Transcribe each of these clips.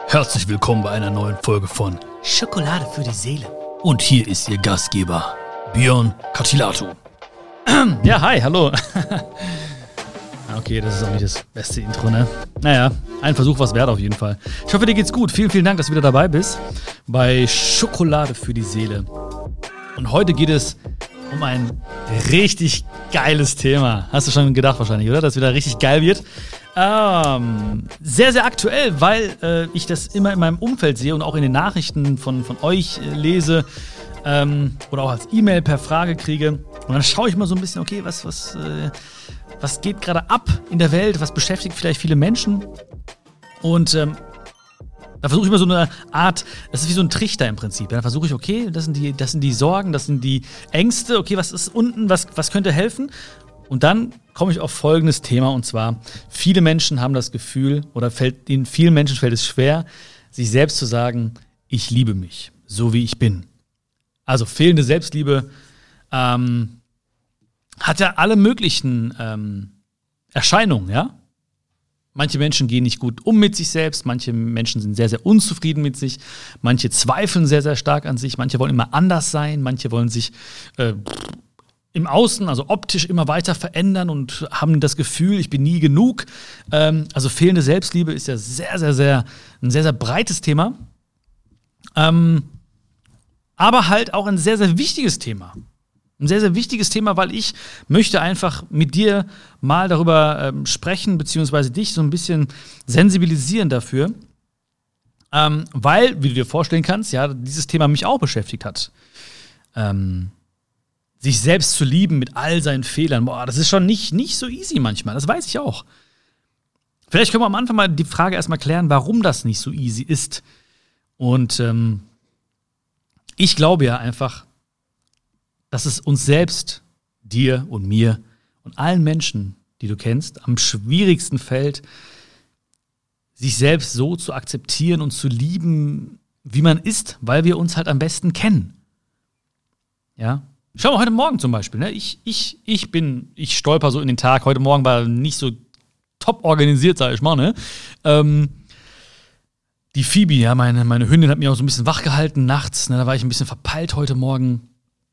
Herzlich willkommen bei einer neuen Folge von Schokolade für die Seele. Und hier ist Ihr Gastgeber, Björn Katilato. Ja, hi, hallo. Okay, das ist auch nicht das beste Intro, ne? Naja, ein Versuch was wert auf jeden Fall. Ich hoffe, dir geht's gut. Vielen, vielen Dank, dass du wieder dabei bist bei Schokolade für die Seele. Und heute geht es um ein richtig geiles Thema. Hast du schon gedacht wahrscheinlich, oder? Dass es wieder richtig geil wird. Sehr, sehr aktuell, weil ich das immer in meinem Umfeld sehe und auch in den Nachrichten von euch lese oder auch als E-Mail per Frage kriege. Und dann schaue ich mal so ein bisschen, okay, was geht gerade ab in der Welt, was beschäftigt vielleicht viele Menschen. Und da versuche ich mal so eine Art, das ist wie so ein Trichter im Prinzip. Da versuche ich, okay, das sind die Sorgen, das sind die Ängste, okay, was ist unten, was könnte helfen? Und dann komme ich auf folgendes Thema, und zwar, viele Menschen haben das Gefühl, oder vielen Menschen fällt es schwer, sich selbst zu sagen, ich liebe mich, so wie ich bin. Also fehlende Selbstliebe hat ja alle möglichen Erscheinungen, ja? Manche Menschen gehen nicht gut um mit sich selbst, manche Menschen sind sehr, sehr unzufrieden mit sich, manche zweifeln sehr, sehr stark an sich, manche wollen immer anders sein, manche wollen sich im Außen, also optisch, immer weiter verändern und haben das Gefühl, ich bin nie genug. Also fehlende Selbstliebe ist ja ein sehr, sehr breites Thema. Aber halt auch ein sehr, sehr wichtiges Thema. Ein sehr, sehr wichtiges Thema, weil ich möchte einfach mit dir mal darüber sprechen, beziehungsweise dich so ein bisschen sensibilisieren dafür. Weil, wie du dir vorstellen kannst, ja, dieses Thema mich auch beschäftigt hat. Sich selbst zu lieben mit all seinen Fehlern, boah, das ist schon nicht so easy manchmal, das weiß ich auch. Vielleicht können wir am Anfang mal die Frage erstmal klären, warum das nicht so easy ist. Und ich glaube ja einfach, dass es uns selbst, dir und mir und allen Menschen, die du kennst, am schwierigsten fällt, sich selbst so zu akzeptieren und zu lieben, wie man ist, weil wir uns halt am besten kennen. Ja? Schau mal, heute Morgen zum Beispiel, ne? Ich stolper so in den Tag. Heute Morgen war nicht so top organisiert, sag ich mal, ne? Die Phoebe, ja, meine Hündin, hat mich auch so ein bisschen wach gehalten nachts, ne? Da war ich ein bisschen verpeilt heute Morgen.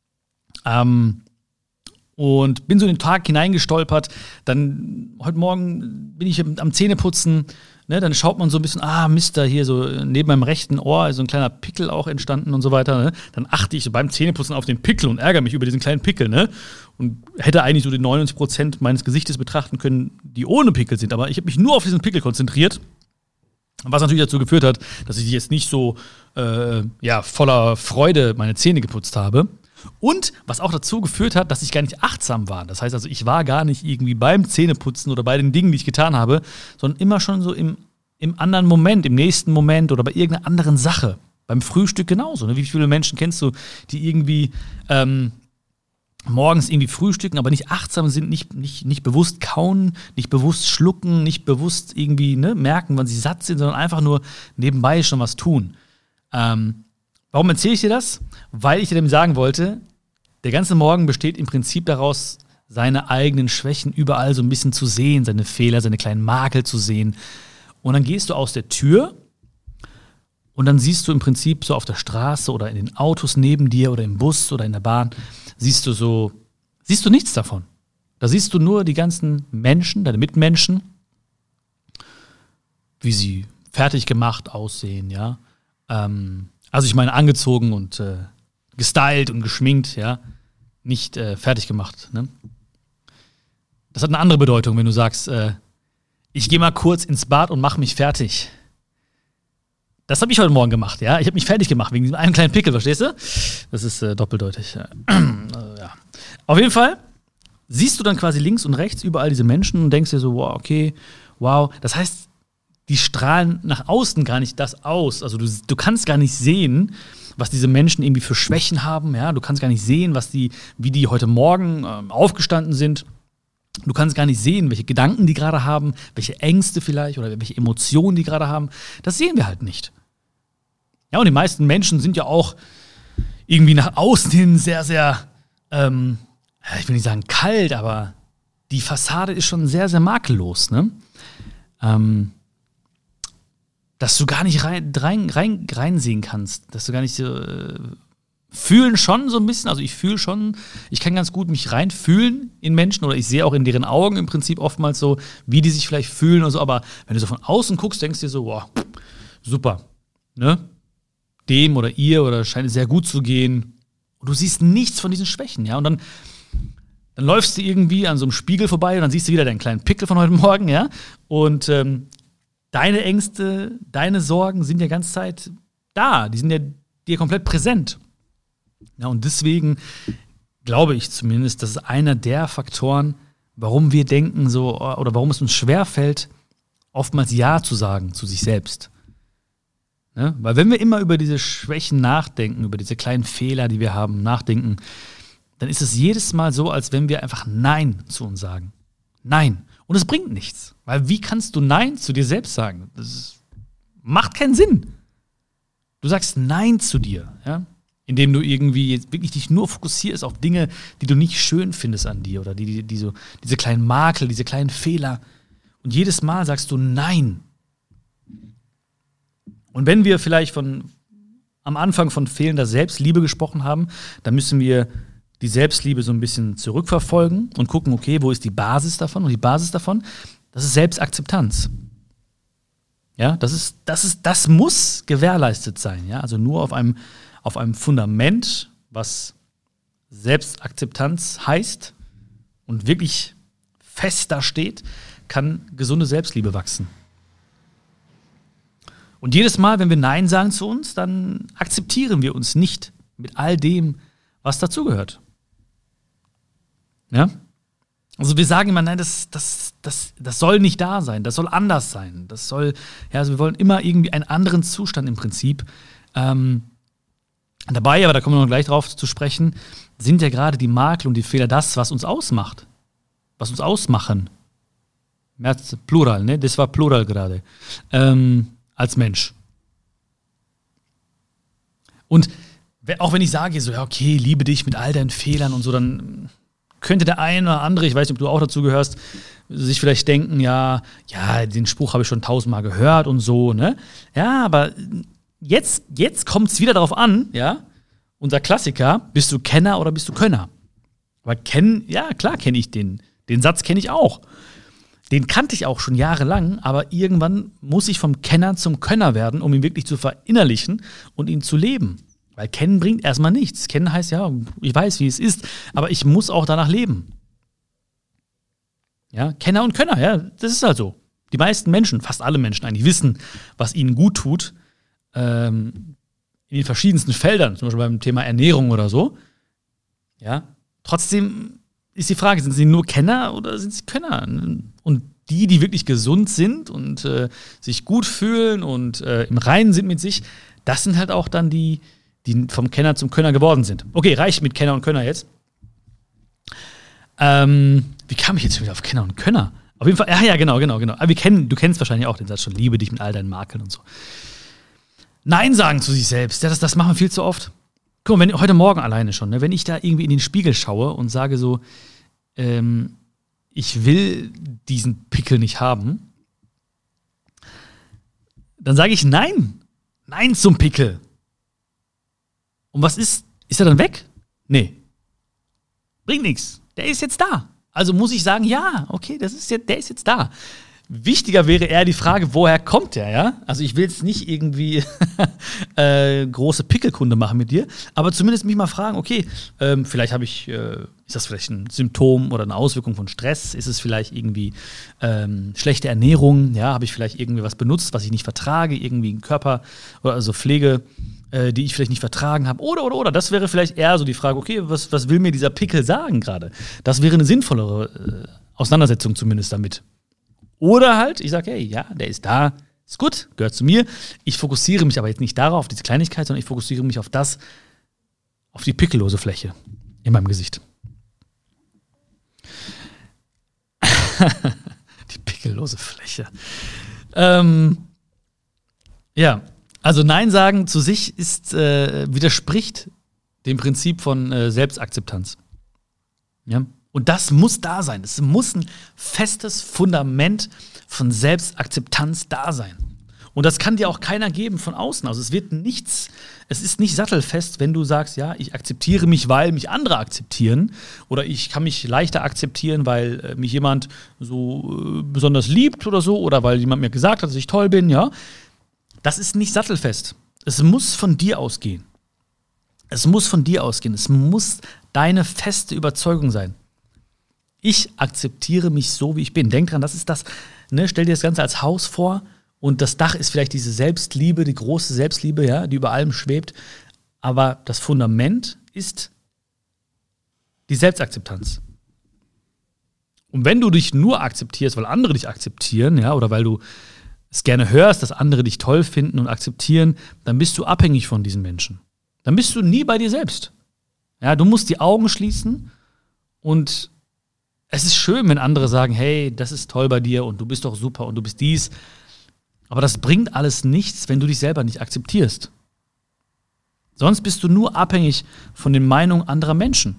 Und bin so in den Tag hineingestolpert. Dann, heute Morgen bin ich am Zähneputzen, ne? Dann schaut man so ein bisschen, Mist, da hier so neben meinem rechten Ohr ist so ein kleiner Pickel auch entstanden und so weiter. Ne? Dann achte ich so beim Zähneputzen auf den Pickel und ärgere mich über diesen kleinen Pickel. Ne? Und hätte eigentlich so die 99% meines Gesichtes betrachten können, die ohne Pickel sind. Aber ich habe mich nur auf diesen Pickel konzentriert. Was natürlich dazu geführt hat, dass ich jetzt nicht so voller Freude meine Zähne geputzt habe. Und was auch dazu geführt hat, dass ich gar nicht achtsam war. Das heißt also, ich war gar nicht irgendwie beim Zähneputzen oder bei den Dingen, die ich getan habe, sondern immer schon so im anderen Moment, im nächsten Moment oder bei irgendeiner anderen Sache. Beim Frühstück genauso. Ne? Wie viele Menschen kennst du, die irgendwie morgens irgendwie frühstücken, aber nicht achtsam sind, nicht bewusst kauen, nicht bewusst schlucken, nicht bewusst irgendwie merken, wann sie satt sind, sondern einfach nur nebenbei schon was tun. Warum erzähle ich dir das? Weil ich dir dem sagen wollte, der ganze Morgen besteht im Prinzip daraus, seine eigenen Schwächen überall so ein bisschen zu sehen, seine Fehler, seine kleinen Makel zu sehen. Und dann gehst du aus der Tür und dann siehst du im Prinzip so auf der Straße oder in den Autos neben dir oder im Bus oder in der Bahn, siehst du nichts davon. Da siehst du nur die ganzen Menschen, deine Mitmenschen, wie sie fertig gemacht aussehen, ja. Also ich meine angezogen und gestylt und geschminkt, ja, nicht fertig gemacht. Ne? Das hat eine andere Bedeutung, wenn du sagst, ich gehe mal kurz ins Bad und mache mich fertig. Das habe ich heute Morgen gemacht, ja. Ich habe mich fertig gemacht wegen diesem einen kleinen Pickel, verstehst du? Das ist doppeldeutig. Ja. Auf jeden Fall siehst du dann quasi links und rechts überall diese Menschen und denkst dir so, wow, okay, wow. Das heißt, die strahlen nach außen gar nicht das aus. Also du kannst gar nicht sehen, was diese Menschen irgendwie für Schwächen haben. Ja? Du kannst gar nicht sehen, wie die heute Morgen aufgestanden sind. Du kannst gar nicht sehen, welche Gedanken die gerade haben, welche Ängste vielleicht oder welche Emotionen die gerade haben. Das sehen wir halt nicht. Ja, und die meisten Menschen sind ja auch irgendwie nach außen hin sehr, sehr, ich will nicht sagen kalt, aber die Fassade ist schon sehr, sehr makellos. Ne? dass du gar nicht reinsehen kannst, dass du gar nicht so fühlen schon so ein bisschen, also ich fühle schon, ich kann ganz gut mich reinfühlen in Menschen oder ich sehe auch in deren Augen im Prinzip oftmals so, wie die sich vielleicht fühlen und so, aber wenn du so von außen guckst, denkst du dir so, boah, super, ne? Dem oder ihr oder scheint es sehr gut zu gehen und du siehst nichts von diesen Schwächen, ja, und dann läufst du irgendwie an so einem Spiegel vorbei und dann siehst du wieder deinen kleinen Pickel von heute Morgen, ja, und deine Ängste, deine Sorgen sind ja die ganze Zeit da, die sind ja dir komplett präsent. Ja, und deswegen glaube ich zumindest, das ist einer der Faktoren, warum wir denken so, oder warum es uns schwerfällt, oftmals Ja zu sagen zu sich selbst. Ne? Weil wenn wir immer über diese Schwächen nachdenken, über diese kleinen Fehler, die wir haben, nachdenken, dann ist es jedes Mal so, als wenn wir einfach Nein zu uns sagen. Nein. Und es bringt nichts. Weil wie kannst du Nein zu dir selbst sagen? Macht keinen Sinn. Du sagst Nein zu dir, ja? Indem du irgendwie jetzt wirklich dich nur fokussierst auf Dinge, die du nicht schön findest an dir oder die so, diese kleinen Makel, diese kleinen Fehler. Und jedes Mal sagst du Nein. Und wenn wir vielleicht am Anfang von fehlender Selbstliebe gesprochen haben, dann müssen wir die Selbstliebe so ein bisschen zurückverfolgen und gucken, okay, wo ist die Basis davon? Und die Basis davon, das ist Selbstakzeptanz. Ja, das muss gewährleistet sein. Ja? Also nur auf einem Fundament, was Selbstakzeptanz heißt und wirklich fest da steht, kann gesunde Selbstliebe wachsen. Und jedes Mal, wenn wir Nein sagen zu uns, dann akzeptieren wir uns nicht mit all dem, was dazugehört. Ja? Also wir sagen immer, nein, das soll nicht da sein, das soll anders sein. Also wir wollen immer irgendwie einen anderen Zustand im Prinzip. Dabei, aber da kommen wir noch gleich drauf zu sprechen, sind ja gerade die Makel und die Fehler das, was uns ausmacht. Was uns ausmachen. Plural, ne? Das war Plural gerade. Als Mensch. Und auch wenn ich sage, so, ja, okay, liebe dich mit all deinen Fehlern und so, dann könnte der eine oder andere, ich weiß nicht, ob du auch dazu gehörst, sich vielleicht denken, ja, den Spruch habe ich schon 1000-mal gehört und so, ne? Ja, aber jetzt kommt es wieder darauf an, ja, unser Klassiker, bist du Kenner oder bist du Könner? Aber ja, klar kenne ich den. Den Satz kenne ich auch. Den kannte ich auch schon jahrelang, aber irgendwann muss ich vom Kenner zum Könner werden, um ihn wirklich zu verinnerlichen und ihn zu leben. Weil kennen bringt erstmal nichts. Kennen heißt, ja, ich weiß, wie es ist, aber ich muss auch danach leben. Ja, Kenner und Könner, ja, das ist halt so. Die meisten Menschen, fast alle Menschen eigentlich, wissen, was ihnen gut tut, in den verschiedensten Feldern, zum Beispiel beim Thema Ernährung oder so. Ja, trotzdem ist die Frage, sind sie nur Kenner oder sind sie Könner? Und die wirklich gesund sind und sich gut fühlen und im Reinen sind mit sich, das sind halt auch dann die vom Kenner zum Könner geworden sind. Okay, reicht mit Kenner und Könner jetzt. Wie kam ich jetzt wieder auf Kenner und Könner? Auf jeden Fall, ja, genau. Aber du kennst wahrscheinlich auch den Satz schon, liebe dich mit all deinen Makeln und so. Nein sagen zu sich selbst, ja, das machen wir viel zu oft. Guck mal, heute Morgen alleine schon, ne, wenn ich da irgendwie in den Spiegel schaue und sage so, ich will diesen Pickel nicht haben, dann sage ich Nein. Nein zum Pickel. Und was ist? Ist er dann weg? Nee. Bringt nichts. Der ist jetzt da. Also muss ich sagen, ja, okay, der ist jetzt da. Wichtiger wäre eher die Frage, woher kommt der, ja? Also ich will jetzt nicht irgendwie große Pickelkunde machen mit dir, aber zumindest mich mal fragen, okay, vielleicht ist das vielleicht ein Symptom oder eine Auswirkung von Stress? Ist es vielleicht irgendwie schlechte Ernährung? Ja, habe ich vielleicht irgendwie was benutzt, was ich nicht vertrage? Irgendwie ein Körper oder also Pflege, die ich vielleicht nicht vertragen habe? Oder. Das wäre vielleicht eher so die Frage, okay, was will mir dieser Pickel sagen gerade? Das wäre eine sinnvollere Auseinandersetzung zumindest damit. Oder halt, ich sage, hey, ja, der ist da, ist gut, gehört zu mir. Ich fokussiere mich aber jetzt nicht darauf, auf diese Kleinigkeit, sondern ich fokussiere mich auf die pickellose Fläche in meinem Gesicht. Die pickellose Fläche. Ja, also Nein sagen zu sich widerspricht dem Prinzip von Selbstakzeptanz. Ja. Und das muss da sein. Es muss ein festes Fundament von Selbstakzeptanz da sein. Und das kann dir auch keiner geben von außen. Also es ist nicht sattelfest, wenn du sagst, ja, ich akzeptiere mich, weil mich andere akzeptieren. Oder ich kann mich leichter akzeptieren, weil mich jemand so besonders liebt oder so. Oder weil jemand mir gesagt hat, dass ich toll bin, ja. Das ist nicht sattelfest. Es muss von dir ausgehen. Es muss von dir ausgehen. Es muss deine feste Überzeugung sein. Ich akzeptiere mich so, wie ich bin. Denk dran, das ist das, ne? Stell dir das Ganze als Haus vor. Und das Dach ist vielleicht diese Selbstliebe, die große Selbstliebe, ja, die über allem schwebt. Aber das Fundament ist die Selbstakzeptanz. Und wenn du dich nur akzeptierst, weil andere dich akzeptieren, ja, oder weil du es gerne hörst, dass andere dich toll finden und akzeptieren, dann bist du abhängig von diesen Menschen. Dann bist du nie bei dir selbst. Ja, du musst die Augen schließen und es ist schön, wenn andere sagen, hey, das ist toll bei dir und du bist doch super und du bist dies. Aber das bringt alles nichts, wenn du dich selber nicht akzeptierst. Sonst bist du nur abhängig von den Meinungen anderer Menschen.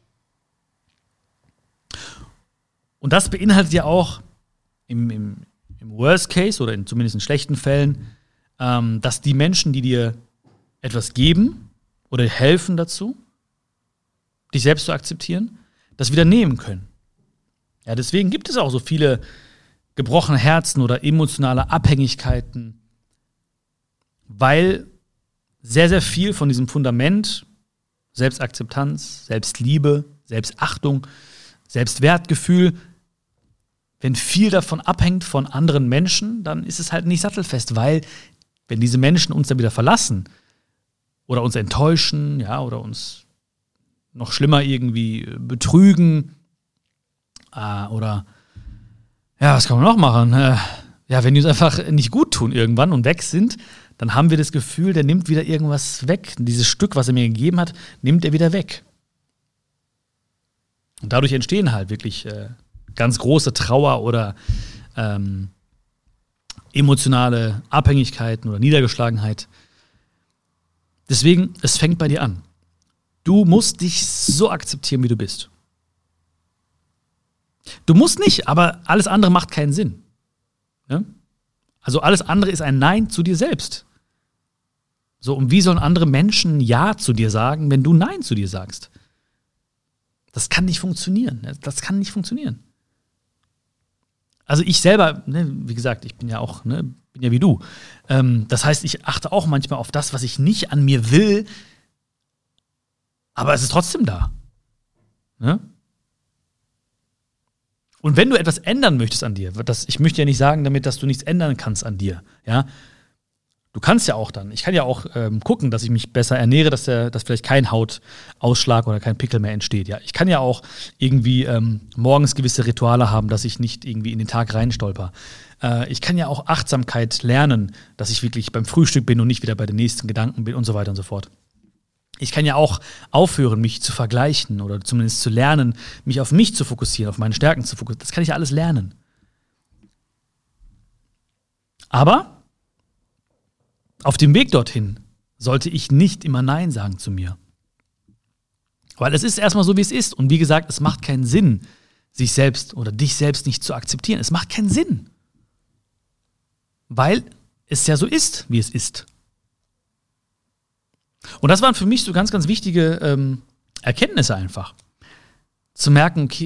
Und das beinhaltet ja auch im Worst Case oder zumindest in schlechten Fällen, dass die Menschen, die dir etwas geben oder helfen dazu, dich selbst zu akzeptieren, das wieder nehmen können. Ja, deswegen gibt es auch so viele gebrochene Herzen oder emotionale Abhängigkeiten, weil sehr, sehr viel von diesem Fundament, Selbstakzeptanz, Selbstliebe, Selbstachtung, Selbstwertgefühl, wenn viel davon abhängt von anderen Menschen, dann ist es halt nicht sattelfest, weil wenn diese Menschen uns dann wieder verlassen oder uns enttäuschen, ja, oder uns noch schlimmer irgendwie betrügen oder ja, was kann man noch machen? Ja, wenn die uns einfach nicht gut tun irgendwann und weg sind, dann haben wir das Gefühl, der nimmt wieder irgendwas weg. Dieses Stück, was er mir gegeben hat, nimmt er wieder weg. Und dadurch entstehen halt wirklich ganz große Trauer oder emotionale Abhängigkeiten oder Niedergeschlagenheit. Deswegen, es fängt bei dir an. Du musst dich so akzeptieren, wie du bist. Du musst nicht, aber alles andere macht keinen Sinn. Ne? Also alles andere ist ein Nein zu dir selbst. So, und wie sollen andere Menschen Ja zu dir sagen, wenn du Nein zu dir sagst? Das kann nicht funktionieren. Das kann nicht funktionieren. Also ich selber, ne, wie gesagt, ich bin ja auch, ne, bin ja wie du. Das heißt, ich achte auch manchmal auf das, was ich nicht an mir will, aber es ist trotzdem da. Ne? Und wenn du etwas ändern möchtest an dir, ich möchte ja nicht sagen damit, dass du nichts ändern kannst an dir, ja. Du kannst ja auch dann, ich kann ja auch gucken, dass ich mich besser ernähre, dass vielleicht kein Hautausschlag oder kein Pickel mehr entsteht, ja. Ich kann ja auch irgendwie morgens gewisse Rituale haben, dass ich nicht irgendwie in den Tag reinstolper. Ich kann ja auch Achtsamkeit lernen, dass ich wirklich beim Frühstück bin und nicht wieder bei den nächsten Gedanken bin und so weiter und so fort. Ich kann ja auch aufhören, mich zu vergleichen oder zumindest zu lernen, mich auf mich zu fokussieren, auf meine Stärken zu fokussieren. Das kann ich ja alles lernen. Aber auf dem Weg dorthin sollte ich nicht immer Nein sagen zu mir. Weil es ist erstmal so, wie es ist. Und wie gesagt, es macht keinen Sinn, sich selbst oder dich selbst nicht zu akzeptieren. Es macht keinen Sinn. Weil es ja so ist, wie es ist. Und das waren für mich so ganz, ganz wichtige Erkenntnisse einfach. Zu merken, okay,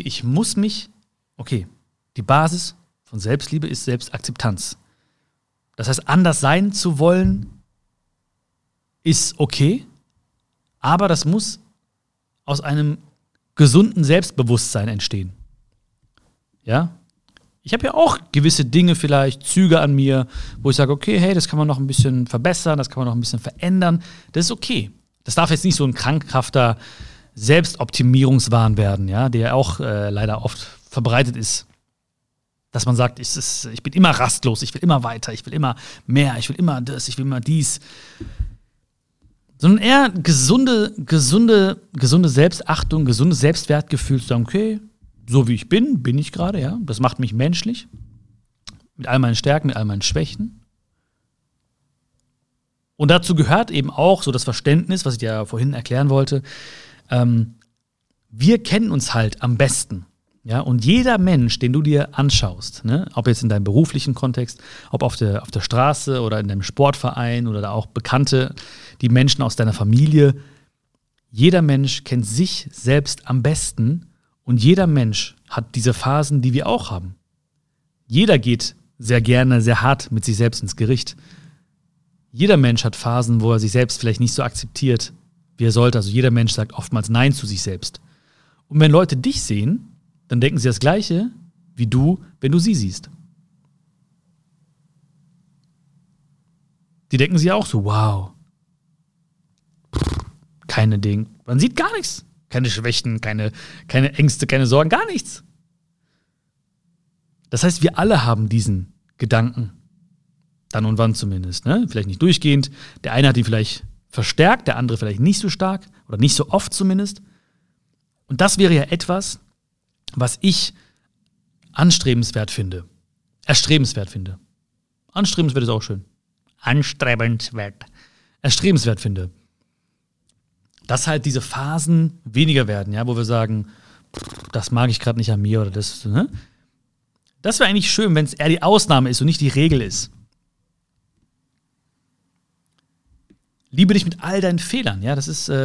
die Basis von Selbstliebe ist Selbstakzeptanz. Das heißt, anders sein zu wollen, ist okay, aber das muss aus einem gesunden Selbstbewusstsein entstehen. Ja? Ich habe ja auch gewisse Dinge vielleicht, Züge an mir, wo ich sage, okay, hey, das kann man noch ein bisschen verbessern, das kann man noch ein bisschen verändern. Das ist okay. Das darf jetzt nicht so ein krankhafter Selbstoptimierungswahn werden, ja, der auch leider oft verbreitet ist. Dass man sagt, ich bin immer rastlos, ich will immer weiter, ich will immer mehr, ich will immer das, ich will immer dies. Sondern eher gesunde Selbstachtung, gesundes Selbstwertgefühl zu sagen, okay, so wie ich bin ich gerade, ja. Das macht mich menschlich. Mit all meinen Stärken, mit all meinen Schwächen. Und dazu gehört eben auch so das Verständnis, was ich dir ja vorhin erklären wollte. Wir kennen uns halt am besten. Ja, und jeder Mensch, den du dir anschaust, ne, ob jetzt in deinem beruflichen Kontext, ob auf der Straße oder in deinem Sportverein oder da auch Bekannte, die Menschen aus deiner Familie, jeder Mensch kennt sich selbst am besten und jeder Mensch hat diese Phasen, die wir auch haben. Jeder geht sehr gerne, sehr hart mit sich selbst ins Gericht. Jeder Mensch hat Phasen, wo er sich selbst vielleicht nicht so akzeptiert, wie er sollte. Also jeder Mensch sagt oftmals Nein zu sich selbst. Und wenn Leute dich sehen, dann denken sie das Gleiche wie du, wenn du sie siehst. Die denken sich auch so, wow, keine Ding. Man sieht gar nichts. Keine Schwächen, keine Ängste, keine Sorgen, gar nichts. Das heißt, wir alle haben diesen Gedanken. Dann und wann zumindest. Ne? Vielleicht nicht durchgehend. Der eine hat ihn vielleicht verstärkt, der andere vielleicht nicht so stark oder nicht so oft zumindest. Und das wäre ja etwas, was ich anstrebenswert finde. Erstrebenswert finde. Anstrebenswert ist auch schön. Anstrebenswert. Erstrebenswert finde. Dass halt diese Phasen weniger werden, ja, wo wir sagen, das mag ich gerade nicht an mir oder das, ne? Das wäre eigentlich schön, wenn es eher die Ausnahme ist und nicht die Regel ist. Liebe dich mit all deinen Fehlern, ja, das ist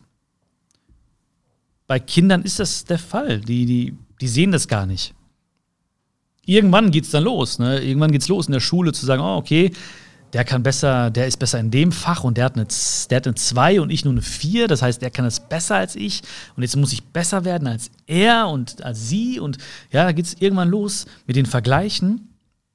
bei Kindern ist das der Fall. Die sehen das gar nicht. Irgendwann geht's dann los, ne? Irgendwann geht's los in der Schule zu sagen, oh, okay, der ist besser in dem Fach und der hat eine 2 und ich nur eine 4. Das heißt, der kann es besser als ich und jetzt muss ich besser werden als er und als sie. Und ja, da geht es irgendwann los mit den Vergleichen.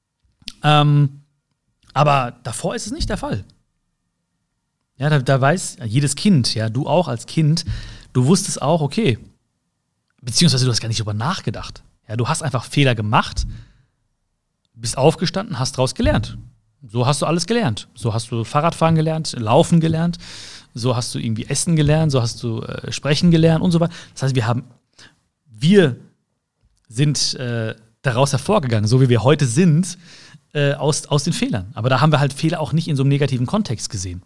Aber davor ist es nicht der Fall. Ja, da weiß jedes Kind, ja, du auch als Kind, du wusstest auch, okay, beziehungsweise du hast gar nicht darüber nachgedacht. Ja, du hast einfach Fehler gemacht, bist aufgestanden, hast daraus gelernt. So hast du alles gelernt. So hast du Fahrradfahren gelernt, Laufen gelernt, so hast du irgendwie Essen gelernt, so hast du Sprechen gelernt und so weiter. Das heißt, wir sind daraus hervorgegangen, so wie wir heute sind, aus den Fehlern. Aber da haben wir halt Fehler auch nicht in so einem negativen Kontext gesehen.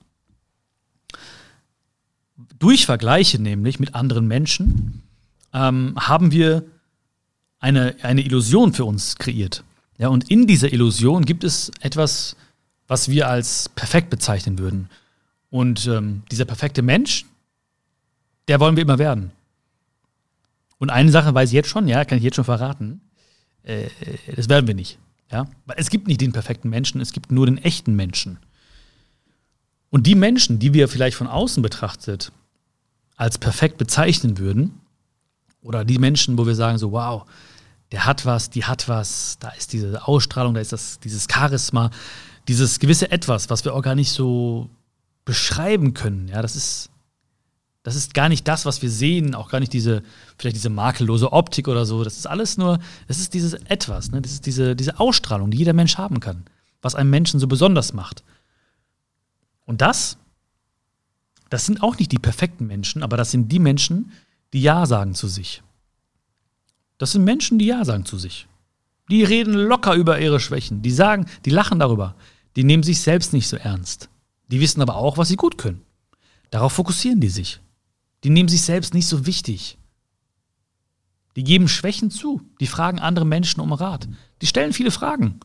Durch Vergleiche nämlich mit anderen Menschen haben wir eine Illusion für uns kreiert. Ja, und in dieser Illusion gibt es etwas, was wir als perfekt bezeichnen würden. Und dieser perfekte Mensch, der wollen wir immer werden. Und eine Sache weiß ich jetzt schon, ja, kann ich jetzt schon verraten, das werden wir nicht. Ja? Weil es gibt nicht den perfekten Menschen, es gibt nur den echten Menschen. Und die Menschen, die wir vielleicht von außen betrachtet als perfekt bezeichnen würden, oder die Menschen, wo wir sagen so, wow, der hat was, die hat was, da ist diese Ausstrahlung, da ist dieses Charisma, dieses gewisse Etwas, was wir auch gar nicht so beschreiben können. Ja, das ist gar nicht das, was wir sehen, auch gar nicht vielleicht diese makellose Optik oder so. Das ist alles nur, das ist dieses Etwas, ne? Das ist diese Ausstrahlung, die jeder Mensch haben kann, was einen Menschen so besonders macht. Und das sind auch nicht die perfekten Menschen, aber das sind die Menschen, die Ja sagen zu sich. Das sind Menschen, die Ja sagen zu sich. Die reden locker über ihre Schwächen. Die lachen darüber. Die nehmen sich selbst nicht so ernst. Die wissen aber auch, was sie gut können. Darauf fokussieren die sich. Die nehmen sich selbst nicht so wichtig. Die geben Schwächen zu. Die fragen andere Menschen um Rat. Die stellen viele Fragen.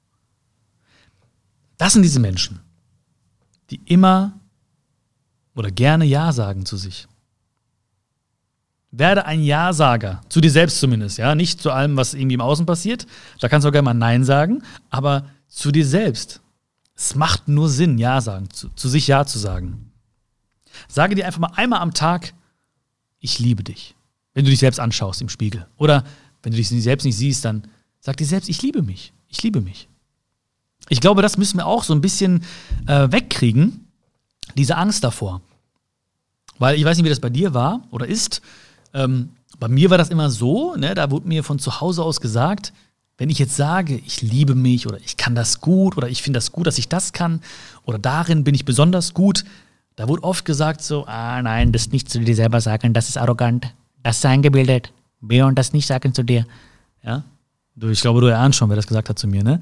Das sind diese Menschen, die immer oder gerne Ja sagen zu sich. Werde ein Ja-Sager, zu dir selbst zumindest, ja, nicht zu allem, was irgendwie im Außen passiert. Da kannst du auch gerne mal Nein sagen, aber zu dir selbst. Es macht nur Sinn, Ja sagen, zu sich Ja zu sagen. Sage dir einfach mal einmal am Tag, ich liebe dich, wenn du dich selbst anschaust im Spiegel. Oder wenn du dich selbst nicht siehst, dann sag dir selbst, ich liebe mich, ich liebe mich. Ich glaube, das müssen wir auch so ein bisschen wegkriegen, diese Angst davor. Weil ich weiß nicht, wie das bei dir war oder ist. Bei mir war das immer so, ne, da wurde mir von zu Hause aus gesagt, wenn ich jetzt sage, ich liebe mich oder ich kann das gut oder ich finde das gut, dass ich das kann oder darin bin ich besonders gut, da wurde oft gesagt so, nein, das nicht zu dir selber sagen, das ist arrogant, das ist eingebildet, und das nicht sagen zu dir. Ja? Ich glaube, du erahnst schon, wer das gesagt hat zu mir, ne?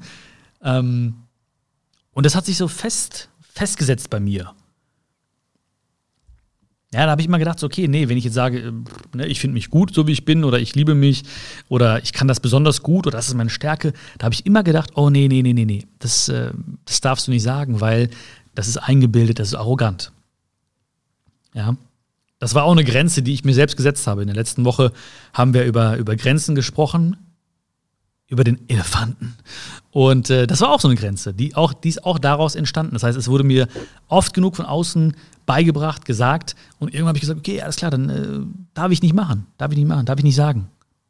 Und das hat sich so festgesetzt bei mir. Ja, da habe ich immer gedacht, so, okay, nee, wenn ich jetzt sage, ne, ich finde mich gut, so wie ich bin, oder ich liebe mich, oder ich kann das besonders gut, oder das ist meine Stärke, da habe ich immer gedacht, oh nee, das darfst du nicht sagen, weil das ist eingebildet, das ist arrogant. Ja, das war auch eine Grenze, die ich mir selbst gesetzt habe. In der letzten Woche haben wir über Grenzen gesprochen, über den Elefanten. Und das war auch so eine Grenze, die ist auch daraus entstanden. Das heißt, es wurde mir oft genug von außen beigebracht, gesagt. Und irgendwann habe ich gesagt, okay, alles klar, dann darf ich nicht sagen.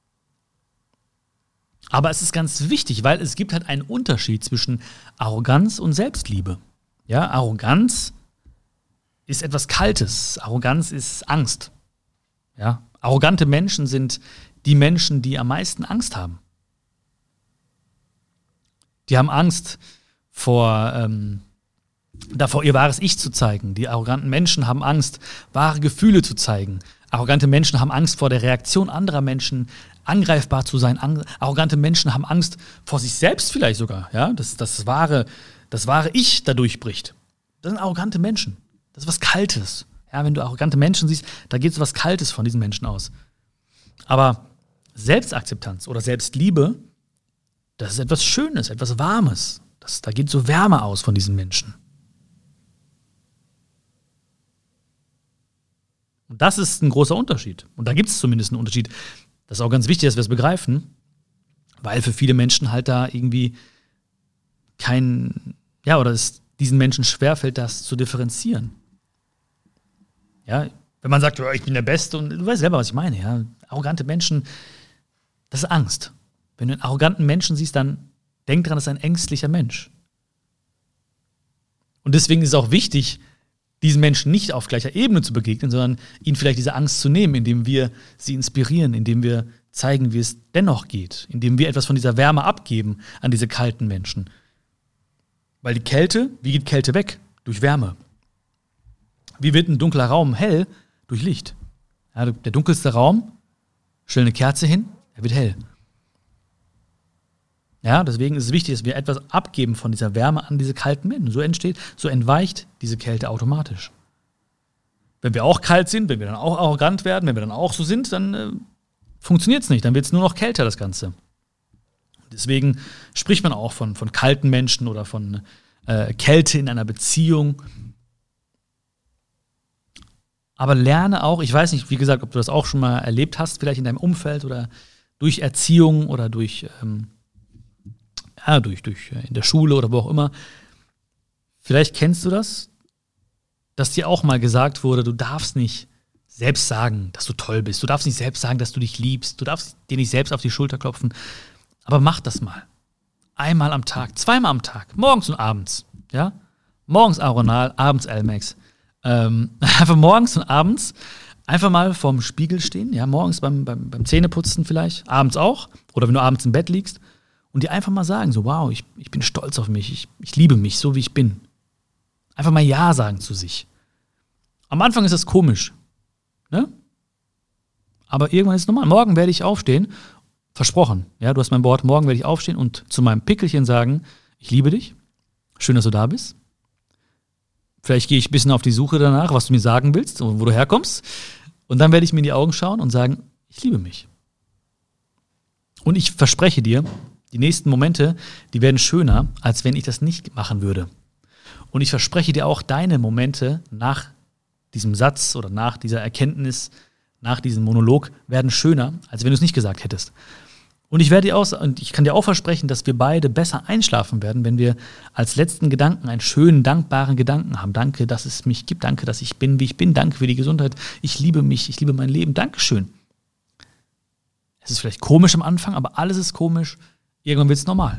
Aber es ist ganz wichtig, weil es gibt halt einen Unterschied zwischen Arroganz und Selbstliebe. Ja, Arroganz ist etwas Kaltes. Arroganz ist Angst. Ja, arrogante Menschen sind die Menschen, die am meisten Angst haben. Die haben Angst davor, ihr wahres Ich zu zeigen. Die arroganten Menschen haben Angst, wahre Gefühle zu zeigen. Arrogante Menschen haben Angst vor der Reaktion anderer Menschen, angreifbar zu sein. Arrogante Menschen haben Angst vor sich selbst vielleicht sogar, ja, dass das wahre Ich dadurch bricht. Das sind arrogante Menschen. Das ist was Kaltes. Ja, wenn du arrogante Menschen siehst, da geht so was Kaltes von diesen Menschen aus. Aber Selbstakzeptanz oder Selbstliebe, das ist etwas Schönes, etwas Warmes. Da geht so Wärme aus von diesen Menschen. Und das ist ein großer Unterschied. Und da gibt es zumindest einen Unterschied. Das ist auch ganz wichtig, dass wir es begreifen, weil für viele Menschen halt da irgendwie oder es diesen Menschen schwerfällt, das zu differenzieren. Ja, wenn man sagt, ich bin der Beste, und du weißt selber, was ich meine, ja. Arrogante Menschen, das ist Angst. Wenn du einen arroganten Menschen siehst, dann denk dran, das ist ein ängstlicher Mensch. Und deswegen ist es auch wichtig, diesen Menschen nicht auf gleicher Ebene zu begegnen, sondern ihnen vielleicht diese Angst zu nehmen, indem wir sie inspirieren, indem wir zeigen, wie es dennoch geht, indem wir etwas von dieser Wärme abgeben an diese kalten Menschen. Weil die Kälte, wie geht Kälte weg? Durch Wärme. Wie wird ein dunkler Raum hell? Durch Licht. Ja, der dunkelste Raum, stell eine Kerze hin, er wird hell. Ja, deswegen ist es wichtig, dass wir etwas abgeben von dieser Wärme an diese kalten Menschen. So entweicht diese Kälte automatisch. Wenn wir auch kalt sind, wenn wir dann auch arrogant werden, wenn wir dann auch so sind, dann funktioniert es nicht. Dann wird es nur noch kälter, das Ganze. Deswegen spricht man auch von kalten Menschen oder von Kälte in einer Beziehung. Aber lerne auch, ich weiß nicht, wie gesagt, ob du das auch schon mal erlebt hast, vielleicht in deinem Umfeld oder durch Erziehung oder durch in der Schule oder wo auch immer. Vielleicht kennst du das, dass dir auch mal gesagt wurde, du darfst nicht selbst sagen, dass du toll bist. Du darfst nicht selbst sagen, dass du dich liebst. Du darfst dir nicht selbst auf die Schulter klopfen. Aber mach das mal. Einmal am Tag, zweimal am Tag, morgens und abends. Ja? Morgens Aronal, abends Elmex. Einfach morgens und abends einfach mal vorm Spiegel stehen. Ja? Morgens beim Zähneputzen vielleicht, abends auch. Oder wenn du abends im Bett liegst. Und dir einfach mal sagen, so wow, ich bin stolz auf mich, ich liebe mich, so wie ich bin. Einfach mal Ja sagen zu sich. Am Anfang ist das komisch, ne? Aber irgendwann ist es normal. Morgen werde ich aufstehen, versprochen, ja, du hast mein Wort, morgen werde ich aufstehen und zu meinem Pickelchen sagen, ich liebe dich, schön, dass du da bist. Vielleicht gehe ich ein bisschen auf die Suche danach, was du mir sagen willst und wo du herkommst. Und dann werde ich mir in die Augen schauen und sagen, ich liebe mich. Und ich verspreche dir, die nächsten Momente, die werden schöner, als wenn ich das nicht machen würde. Und ich verspreche dir auch, deine Momente nach diesem Satz oder nach dieser Erkenntnis, nach diesem Monolog, werden schöner, als wenn du es nicht gesagt hättest. Und ich kann dir auch versprechen, dass wir beide besser einschlafen werden, wenn wir als letzten Gedanken einen schönen, dankbaren Gedanken haben. Danke, dass es mich gibt. Danke, dass ich bin, wie ich bin. Danke für die Gesundheit. Ich liebe mich. Ich liebe mein Leben. Dankeschön. Es ist vielleicht komisch am Anfang, aber alles ist komisch. Irgendwann wird es normal.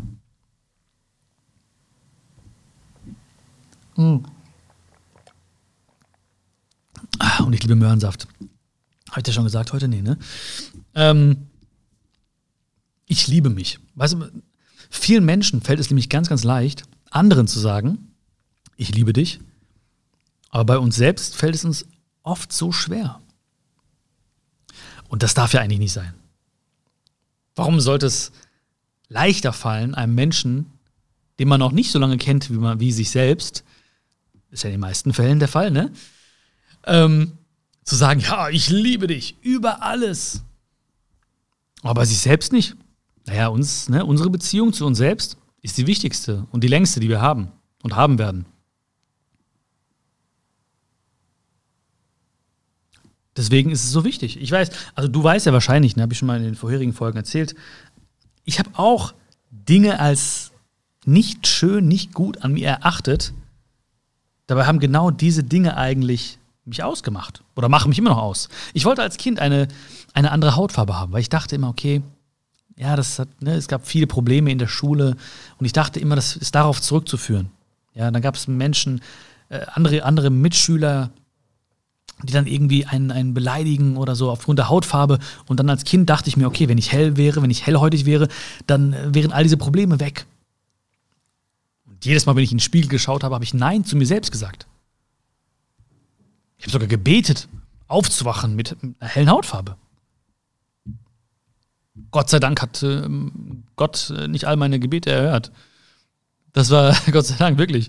Und ich liebe Möhrensaft. Habe ich dir schon gesagt heute? Nee, ne? Ich liebe mich. Weißt du, vielen Menschen fällt es nämlich ganz, ganz leicht, anderen zu sagen, ich liebe dich. Aber bei uns selbst fällt es uns oft so schwer. Und das darf ja eigentlich nicht sein. Warum sollte es leichter fallen, einem Menschen, den man noch nicht so lange kennt wie sich selbst, ist ja in den meisten Fällen der Fall, ne? Zu sagen, ja, ich liebe dich über alles. Aber bei sich selbst nicht. Naja, unsere Beziehung zu uns selbst ist die wichtigste und die längste, die wir haben und haben werden. Deswegen ist es so wichtig. Ich weiß, also du weißt ja wahrscheinlich, habe ich schon mal in den vorherigen Folgen erzählt, ich habe auch Dinge als nicht schön, nicht gut an mir erachtet. Dabei haben genau diese Dinge eigentlich mich ausgemacht oder machen mich immer noch aus. Ich wollte als Kind eine andere Hautfarbe haben, weil ich dachte immer, okay, ja, es gab viele Probleme in der Schule und ich dachte immer, das ist darauf zurückzuführen. Ja, dann gab es Menschen, andere Mitschüler, die dann irgendwie einen beleidigen oder so aufgrund der Hautfarbe. Und dann als Kind dachte ich mir, okay, wenn ich hellhäutig wäre, dann wären all diese Probleme weg. Und jedes Mal, wenn ich in den Spiegel geschaut habe, habe ich Nein zu mir selbst gesagt. Ich habe sogar gebetet, aufzuwachen mit einer hellen Hautfarbe. Gott sei Dank hat Gott nicht all meine Gebete erhört. Das war Gott sei Dank wirklich.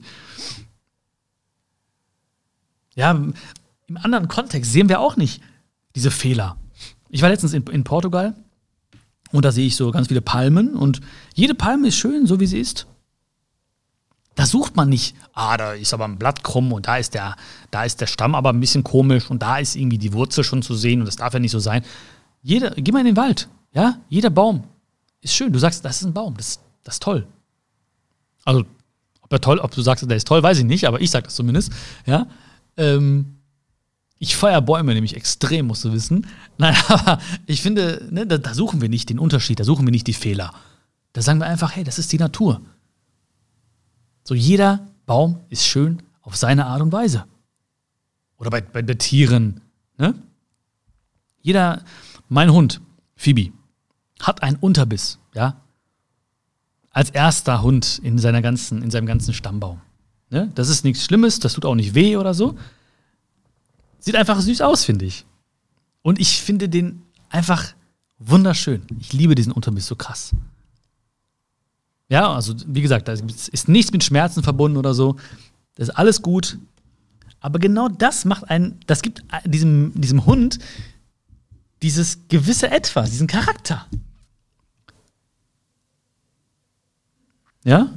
Ja, im anderen Kontext sehen wir auch nicht diese Fehler. Ich war letztens in Portugal und da sehe ich so ganz viele Palmen und jede Palme ist schön, so wie sie ist. Da sucht man nicht, da ist aber ein Blatt krumm und da ist der Stamm aber ein bisschen komisch und da ist irgendwie die Wurzel schon zu sehen und das darf ja nicht so sein. Geh mal in den Wald, ja, jeder Baum ist schön. Du sagst, das ist ein Baum, das ist toll. Also, ob du sagst, der ist toll, weiß ich nicht, aber ich sag das zumindest, ja. Ich feiere Bäume nämlich extrem, musst du wissen. Nein, aber ich finde, da suchen wir nicht den Unterschied, da suchen wir nicht die Fehler. Da sagen wir einfach, hey, das ist die Natur. So, jeder Baum ist schön auf seine Art und Weise. Oder bei Tieren, ne? Mein Hund, Phoebe, hat einen Unterbiss, ja? Als erster Hund in seinem ganzen Stammbaum. Ne? Das ist nichts Schlimmes, das tut auch nicht weh oder so. Sieht einfach süß aus, finde ich. Und ich finde den einfach wunderschön. Ich liebe diesen Unterbiss so krass. Ja, also wie gesagt, da ist nichts mit Schmerzen verbunden oder so. Das ist alles gut. Aber genau das gibt diesem Hund dieses gewisse Etwas, diesen Charakter. Ja?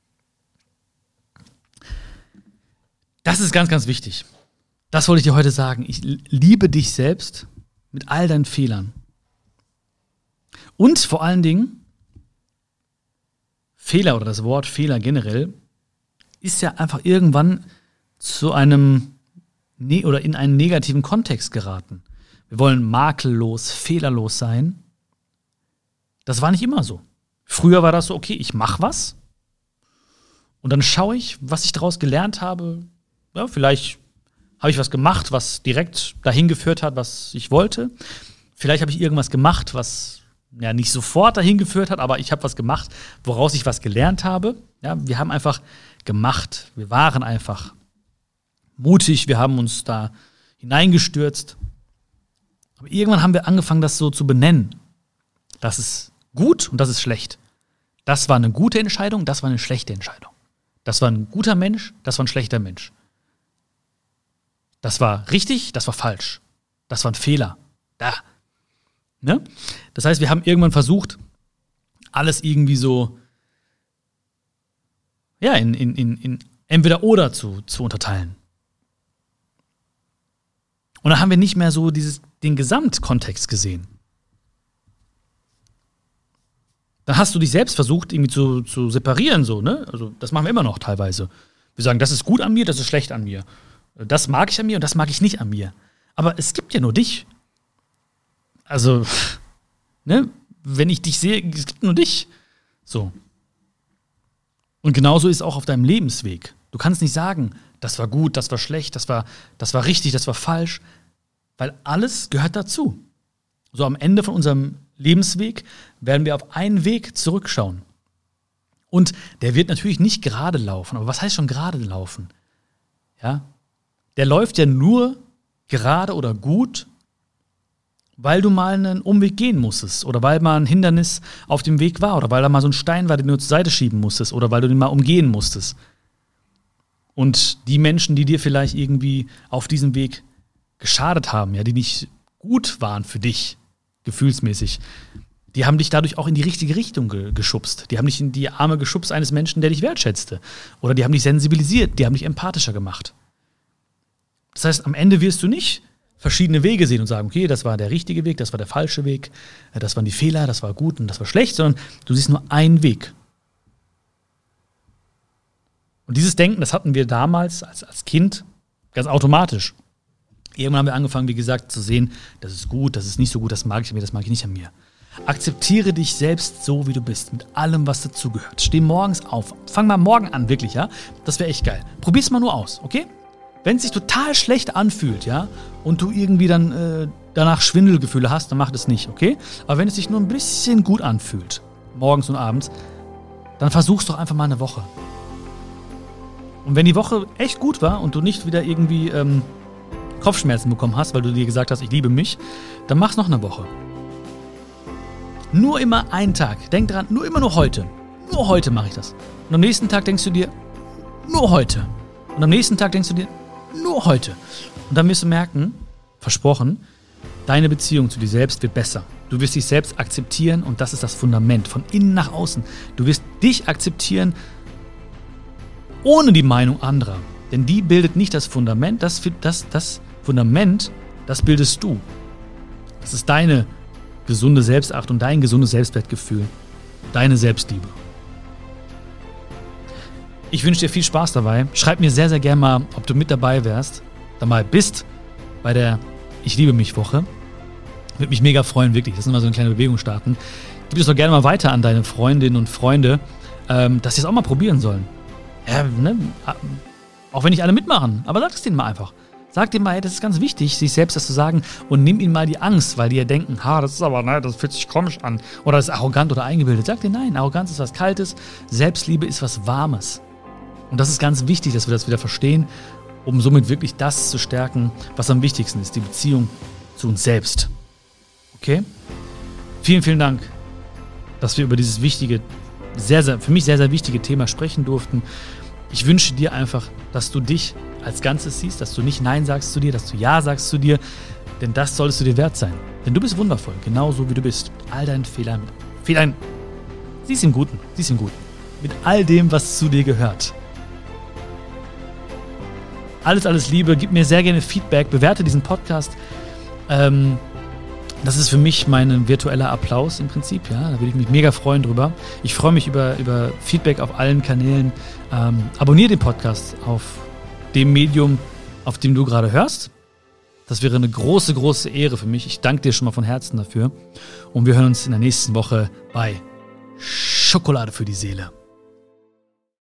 Das ist ganz, ganz wichtig. Das wollte ich dir heute sagen. Ich liebe dich selbst mit all deinen Fehlern. Und vor allen Dingen, Fehler oder das Wort Fehler generell ist ja einfach irgendwann zu einem oder in einen negativen Kontext geraten. Wir wollen makellos, fehlerlos sein. Das war nicht immer so. Früher war das so, okay, ich mache was und dann schaue ich, was ich daraus gelernt habe. Ja, vielleicht habe ich was gemacht, was direkt dahin geführt hat, was ich wollte. Vielleicht habe ich irgendwas gemacht, was nicht sofort dahin geführt hat, aber ich habe was gemacht, woraus ich was gelernt habe. Ja, wir haben einfach gemacht. Wir waren einfach mutig. Wir haben uns da hineingestürzt. Aber irgendwann haben wir angefangen, das so zu benennen. Das ist gut und das ist schlecht. Das war eine gute Entscheidung, das war eine schlechte Entscheidung. Das war ein guter Mensch, das war ein schlechter Mensch. Das war richtig, das war falsch. Das war ein Fehler. Ne? Das heißt, wir haben irgendwann versucht, alles irgendwie so in entweder oder zu unterteilen. Und dann haben wir nicht mehr so den Gesamtkontext gesehen. Dann hast du dich selbst versucht, irgendwie zu separieren, so, ne? Also, das machen wir immer noch teilweise. Wir sagen, das ist gut an mir, das ist schlecht an mir. Das mag ich an mir und das mag ich nicht an mir. Aber es gibt ja nur dich. Also, ne? Wenn ich dich sehe, es gibt nur dich. So. Und genauso ist es auch auf deinem Lebensweg. Du kannst nicht sagen, das war gut, das war schlecht, das war richtig, das war falsch. Weil alles gehört dazu. So am Ende von unserem Lebensweg werden wir auf einen Weg zurückschauen. Und der wird natürlich nicht gerade laufen. Aber was heißt schon gerade laufen? Ja? Der läuft ja nur gerade oder gut, weil du mal einen Umweg gehen musstest oder weil mal ein Hindernis auf dem Weg war oder weil da mal so ein Stein war, den du zur Seite schieben musstest oder weil du den mal umgehen musstest. Und die Menschen, die dir vielleicht irgendwie auf diesem Weg geschadet haben, ja, die nicht gut waren für dich, gefühlsmäßig, die haben dich dadurch auch in die richtige Richtung geschubst. Die haben dich in die Arme geschubst eines Menschen, der dich wertschätzte. Oder die haben dich sensibilisiert, die haben dich empathischer gemacht. Das heißt, am Ende wirst du nicht verschiedene Wege sehen und sagen, okay, das war der richtige Weg, das war der falsche Weg, das waren die Fehler, das war gut und das war schlecht, sondern du siehst nur einen Weg. Und dieses Denken, das hatten wir damals als Kind ganz automatisch. Irgendwann haben wir angefangen, wie gesagt, zu sehen, das ist gut, das ist nicht so gut, das mag ich an mir, das mag ich nicht an mir. Akzeptiere dich selbst so, wie du bist, mit allem, was dazugehört. Steh morgens auf. Fang mal morgen an, wirklich, ja? Das wäre echt geil. Probier's mal nur aus, okay? Wenn es sich total schlecht anfühlt, ja, und du irgendwie dann danach Schwindelgefühle hast, dann mach das nicht, okay? Aber wenn es sich nur ein bisschen gut anfühlt, morgens und abends, dann versuch's doch einfach mal eine Woche. Und wenn die Woche echt gut war und du nicht wieder irgendwie Kopfschmerzen bekommen hast, weil du dir gesagt hast, ich liebe mich, dann mach's noch eine Woche. Nur immer einen Tag. Denk dran, nur heute. Nur heute mache ich das. Und am nächsten Tag denkst du dir, nur heute. Und am nächsten Tag denkst du dir, nur heute. Und dann wirst du merken, versprochen, deine Beziehung zu dir selbst wird besser. Du wirst dich selbst akzeptieren und das ist das Fundament, von innen nach außen. Du wirst dich akzeptieren, ohne die Meinung anderer. Denn die bildet nicht das Fundament. Das Fundament, das bildest du. Das ist deine gesunde Selbstachtung, dein gesundes Selbstwertgefühl, deine Selbstliebe. Ich wünsche dir viel Spaß dabei. Schreib mir sehr, sehr gerne mal, ob du mit dabei bist bei der Ich liebe mich Woche. Würde mich mega freuen, wirklich. Das ist immer so eine kleine Bewegung starten. Gib es doch gerne mal weiter an deine Freundinnen und Freunde, dass sie es auch mal probieren sollen. Ja, ne? Auch wenn nicht alle mitmachen, aber sag es denen mal einfach. Sag denen mal, hey, das ist ganz wichtig, sich selbst das zu sagen und nimm ihnen mal die Angst, weil die ja denken, das ist aber, das fühlt sich komisch an oder das ist arrogant oder eingebildet. Sag denen, nein, Arroganz ist was Kaltes, Selbstliebe ist was Warmes. Und das ist ganz wichtig, dass wir das wieder verstehen, um somit wirklich das zu stärken, was am wichtigsten ist, die Beziehung zu uns selbst. Okay? Vielen, vielen Dank, dass wir über dieses wichtige, für mich sehr, sehr wichtige Thema sprechen durften. Ich wünsche dir einfach, dass du dich als Ganzes siehst, dass du nicht Nein sagst zu dir, dass du Ja sagst zu dir, denn das solltest du dir wert sein. Denn du bist wundervoll, genauso wie du bist. Mit all deinen Fehlern, sieh's im Guten. Mit all dem, was zu dir gehört. Alles Liebe, gib mir sehr gerne Feedback, bewerte diesen Podcast. Das ist für mich mein virtueller Applaus im Prinzip, ja, da würde ich mich mega freuen drüber. Ich freue mich über Feedback auf allen Kanälen. Abonniere den Podcast auf dem Medium, auf dem du gerade hörst. Das wäre eine große, große Ehre für mich. Ich danke dir schon mal von Herzen dafür. Und wir hören uns in der nächsten Woche bei Schokolade für die Seele.